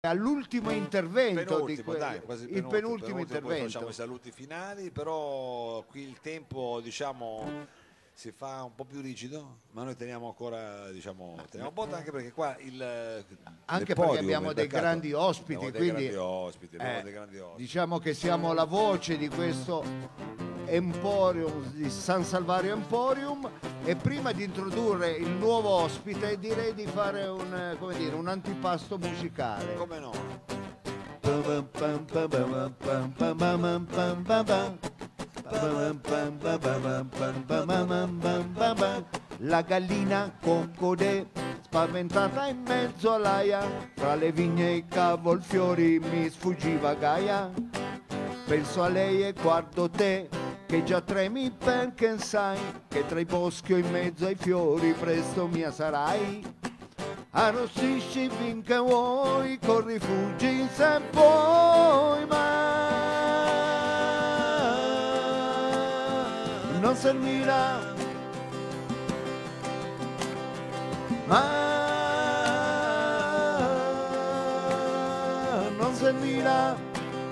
all'ultimo intervento quasi il penultimo intervento. Poi facciamo i saluti finali, però qui il tempo, diciamo, si fa un po' più rigido, ma noi teniamo ancora, diciamo, teniamo botta, anche perché qua anche perché abbiamo dei grandi ospiti, quindi abbiamo dei grandi ospiti. diciamo che siamo la voce di questo Emporium, di San Salvario Emporium, e prima di introdurre il nuovo ospite direi di fare un antipasto musicale. Come no? La gallina cocodè spaventata in mezzo all'aia, tra le vigne e i cavolfiori mi sfuggiva Gaia. Penso a lei e guardo te, che già tremi perché sai che tra i boschi o in mezzo ai fiori presto mia sarai. Arrossisci finché vuoi, corri fuggi se vuoi, ma non servirà, ma non servirà.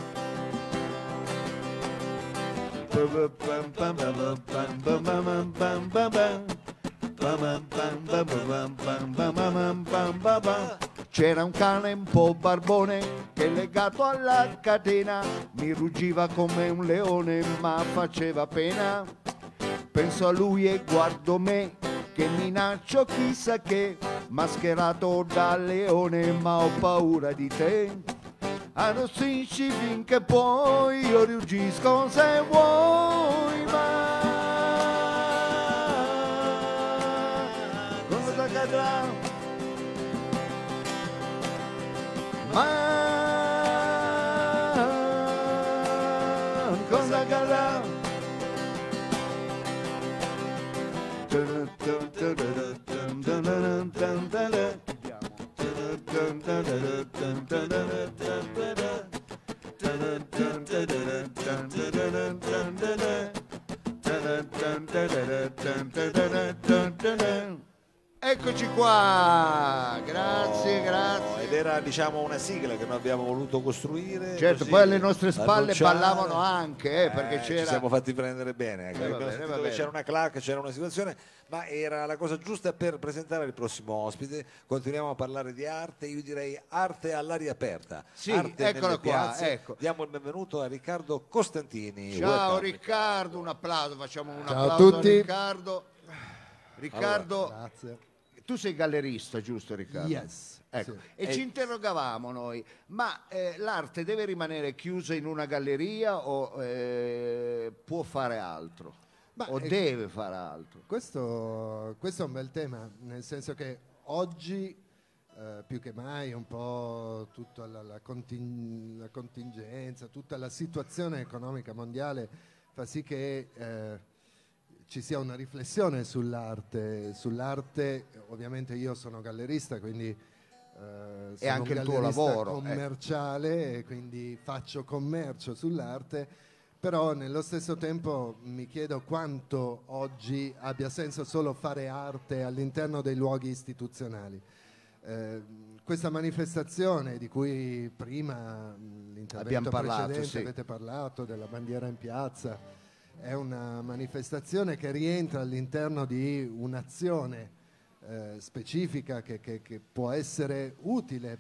C'era un cane un po' barbone che legato alla catena mi ruggiva come un leone ma faceva pena. Penso a lui e guardo me che minaccio chissà che, mascherato da leone ma ho paura di te. Arrossisci finché puoi, io ruggisco se vuoi, ma cosa accadrà? Ma cosa accadrà? Eccoci qua, grazie, grazie. Ed era, diciamo, una sigla che noi abbiamo voluto costruire. Certo, così, poi alle nostre spalle annunciare. ballavano anche, perché c'era... Ci siamo fatti prendere bene, va abbiamo bene, sentito va che bene. c'era una clac, c'era una situazione, ma era la cosa giusta per presentare il prossimo ospite. Continuiamo a parlare di arte, io direi arte all'aria aperta. Sì, arte eccola nelle qua, piazze. ecco. Diamo il benvenuto a Riccardo Costantini. Ciao Welcome, Riccardo, un applauso, facciamo un Ciao a applauso tutti. a Riccardo. Riccardo, Grazie. tu sei gallerista, giusto Riccardo? Yes. Ecco. Sì. E ci interrogavamo noi, ma l'arte deve rimanere chiusa in una galleria o può fare altro? Ma, O deve fare altro? Questo è un bel tema, nel senso che oggi più che mai un po' tutta la contingenza, tutta la situazione economica mondiale fa sì che ci sia una riflessione sull'arte. Ovviamente io sono gallerista, quindi sono anche un il tuo gallerista lavoro, commerciale, e quindi faccio commercio sull'arte, però nello stesso tempo mi chiedo quanto oggi abbia senso solo fare arte all'interno dei luoghi istituzionali. Questa manifestazione di cui prima l'intervento precedente sì. avete parlato, della bandiera in piazza, è una manifestazione che rientra all'interno di un'azione specifica che può essere utile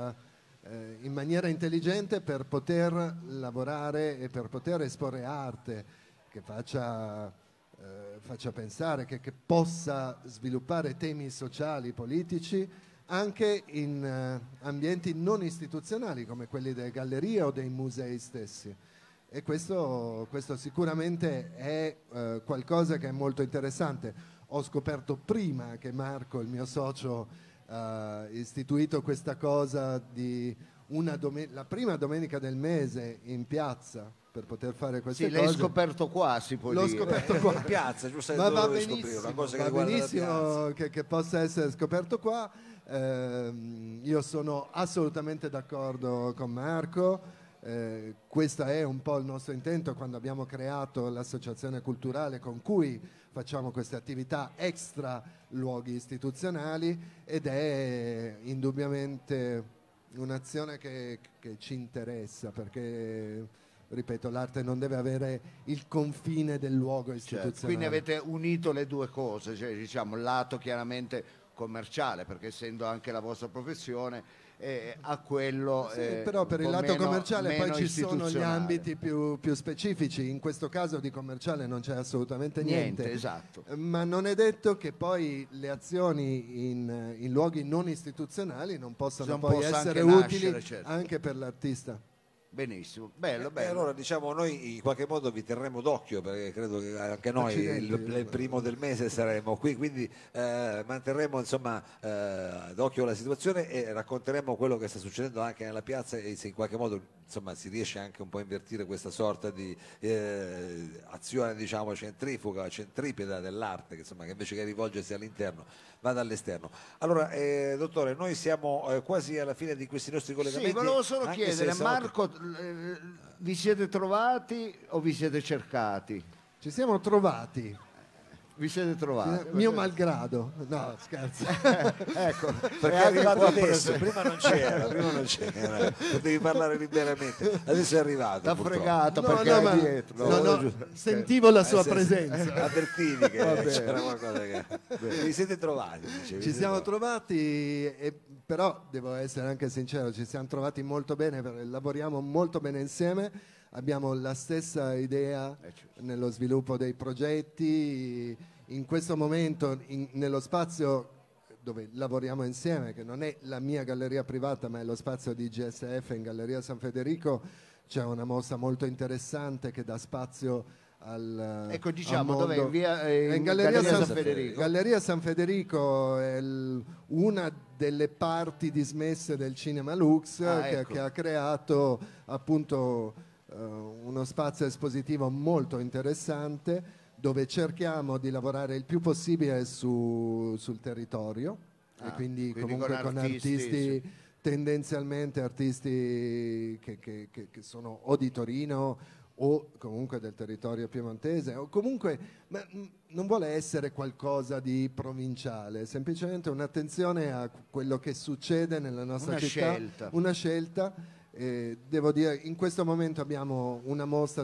in maniera intelligente per poter lavorare e per poter esporre arte che faccia pensare, che possa sviluppare temi sociali, politici, anche in ambienti non istituzionali come quelli delle gallerie o dei musei stessi. E questo sicuramente è qualcosa che è molto interessante. Ho scoperto prima che Marco, il mio socio, ha istituito questa cosa di la prima domenica del mese in piazza per poter fare queste sì, cose. l'hai scoperto qua, si può L'ho dire. scoperto qua. in piazza, giusto? Ma va Una cosa che va riguarda la benissimo che possa essere scoperto qua. Io sono assolutamente d'accordo con Marco. Questo è un po' il nostro intento quando abbiamo creato l'associazione culturale con cui facciamo queste attività extra luoghi istituzionali, ed è indubbiamente un'azione che ci interessa, perché, ripeto, l'arte non deve avere il confine del luogo istituzionale. Certo. Quindi avete unito le due cose, cioè diciamo il lato chiaramente commerciale, perché essendo anche la vostra professione, a quello Sì, però per il lato commerciale poi meno ci sono gli istituzionale. ambiti più specifici. In questo caso di commerciale non c'è assolutamente niente. Esatto. Ma non è detto che poi le azioni in luoghi non istituzionali non possano Non poi possa essere anche utili nascere, certo. anche per l'artista. Benissimo, bello, E bello. allora diciamo noi in qualche modo vi terremo d'occhio, perché credo che anche noi il primo del mese saremo qui, quindi manterremo insomma d'occhio la situazione e racconteremo quello che sta succedendo anche nella piazza, e se in qualche modo insomma si riesce anche un po' a invertire questa sorta di azione, diciamo, centrifuga, centripeta dell'arte, che insomma che invece che rivolgersi all'interno vada all'esterno. Allora dottore, noi siamo quasi alla fine di questi nostri collegamenti. Sì, volevo solo anche chiedere, se so che- Marco, vi siete trovati o vi siete cercati? Ci siamo trovati, Vi siete trovati? mio malgrado. No, scherzo. Ecco, Perché è arrivato adesso, prima non c'era, potevi parlare liberamente, adesso è arrivato. T'ha purtroppo. fregato No, perché no, eri ma dietro. sentivo la sua Sì, presenza. avvertivi che Va bene. c'era qualcosa che vi siete trovati, dicevi, Ci siamo trovati, però devo essere anche sincero, ci siamo trovati molto bene, perché lavoriamo molto bene insieme, abbiamo la stessa idea certo. nello sviluppo dei progetti. In questo momento nello spazio dove lavoriamo insieme, che non è la mia galleria privata ma è lo spazio di GSF in Galleria San Federico, c'è una mostra molto interessante che dà spazio Ecco, diciamo, al dov'è? mondo. In Galleria San Federico. Galleria San Federico è una delle parti dismesse del Cinema Lux, ecco. che ha creato appunto uno spazio espositivo molto interessante, dove cerchiamo di lavorare il più possibile sul territorio, e quindi comunque con artisti sì. tendenzialmente artisti che sono o di Torino o comunque del territorio piemontese, o comunque non vuole essere qualcosa di provinciale, semplicemente un'attenzione a quello che succede nella nostra Una città, scelta. una scelta. Devo dire, in questo momento abbiamo una mostra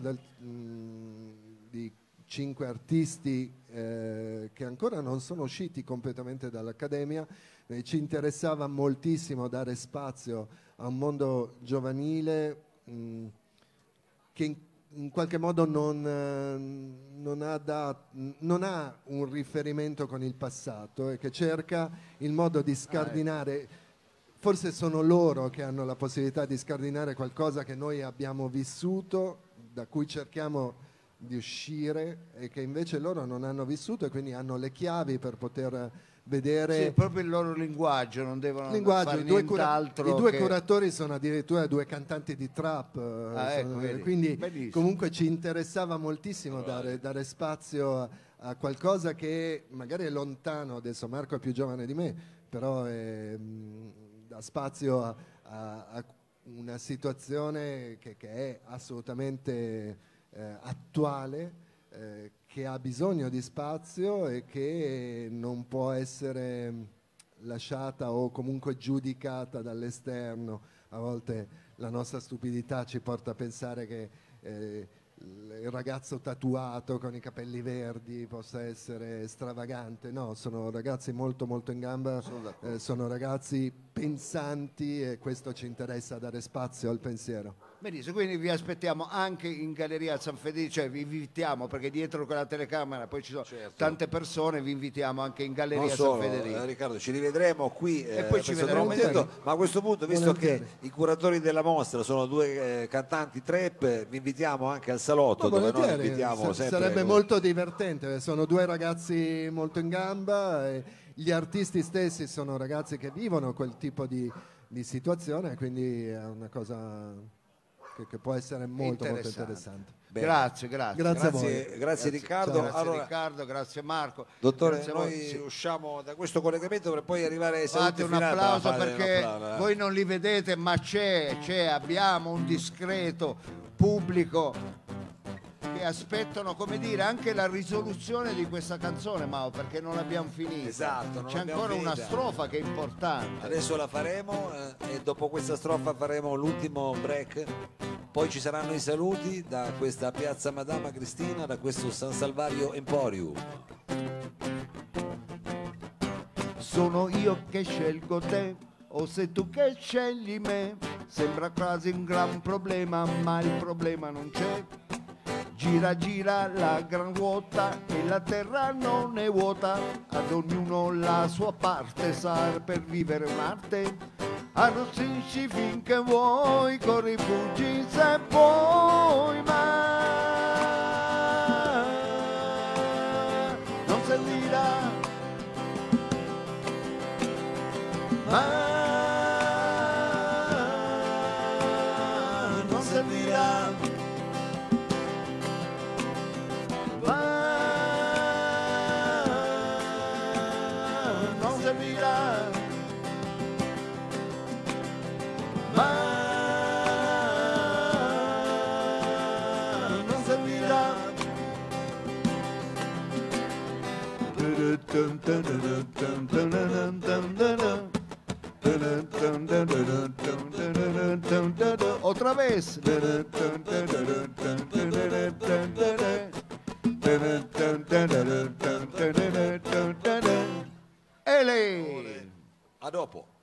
di 5 artisti che ancora non sono usciti completamente dall'Accademia. Ci interessava moltissimo dare spazio a un mondo giovanile che in qualche modo non ha un riferimento con il passato e che cerca il modo di scardinare. Forse sono loro che hanno la possibilità di scardinare qualcosa che noi abbiamo vissuto, da cui cerchiamo di uscire, e che invece loro non hanno vissuto, e quindi hanno le chiavi per poter vedere. Sì, proprio il loro linguaggio, non devono fare I nient'altro due che... curatori sono addirittura 2 cantanti di trap, ecco, vedi. quindi Benissimo. comunque ci interessava moltissimo dare spazio a qualcosa che magari è lontano. Adesso Marco è più giovane di me, però dà spazio a una situazione che è assolutamente attuale, che ha bisogno di spazio e che non può essere lasciata o comunque giudicata dall'esterno. A volte la nostra stupidità ci porta a pensare che il ragazzo tatuato con i capelli verdi possa essere stravagante. No, sono ragazzi molto molto in gamba, sono ragazzi pensanti, e questo ci interessa, dare spazio al pensiero. Benissimo, quindi vi aspettiamo anche in Galleria San Federico, cioè vi invitiamo, perché dietro quella telecamera poi ci sono tante persone, vi invitiamo anche in Galleria non San solo, Federico. Riccardo, ci rivedremo qui E poi ci questo vedremo momento, ma a questo punto, visto Volentieri. che i curatori della mostra sono 2 cantanti trap, vi invitiamo anche al salotto, Ma dove noi volentieri, invitiamo sempre. sarebbe molto divertente. Sono 2 ragazzi molto in gamba, e gli artisti stessi sono ragazzi che vivono quel tipo di situazione, quindi è una cosa che può essere molto molto interessante. Bene. Grazie. Grazie a voi. Grazie Riccardo. Grazie Allora, Riccardo, grazie Marco. dottore, Grazie a noi voi. Sì. usciamo da questo collegamento per poi arrivare ai Fate saluti un finali. applauso Fate perché un applauso, voi non li vedete, ma abbiamo un discreto pubblico che aspettano, come dire, anche la risoluzione di questa canzone, Mao, perché non l'abbiamo finita. Esatto, non c'è l'abbiamo ancora una finita. strofa che è importante. Adesso la faremo e dopo questa strofa faremo l'ultimo break. Poi ci saranno i saluti da questa piazza Madama Cristina, da questo San Salvario Emporium. Sono io che scelgo te, o sei tu che scegli me. Sembra quasi un gran problema, ma il problema non c'è. Gira gira la gran ruota e la terra non è vuota. Ad ognuno la sua parte, sa per vivere un'arte. Arrossisci finché vuoi, corri fuggi se puoi, ma non servirà. Ma non servirà. Ma non servirà. Ma non servirà. Otra vez. Ele. A dopo.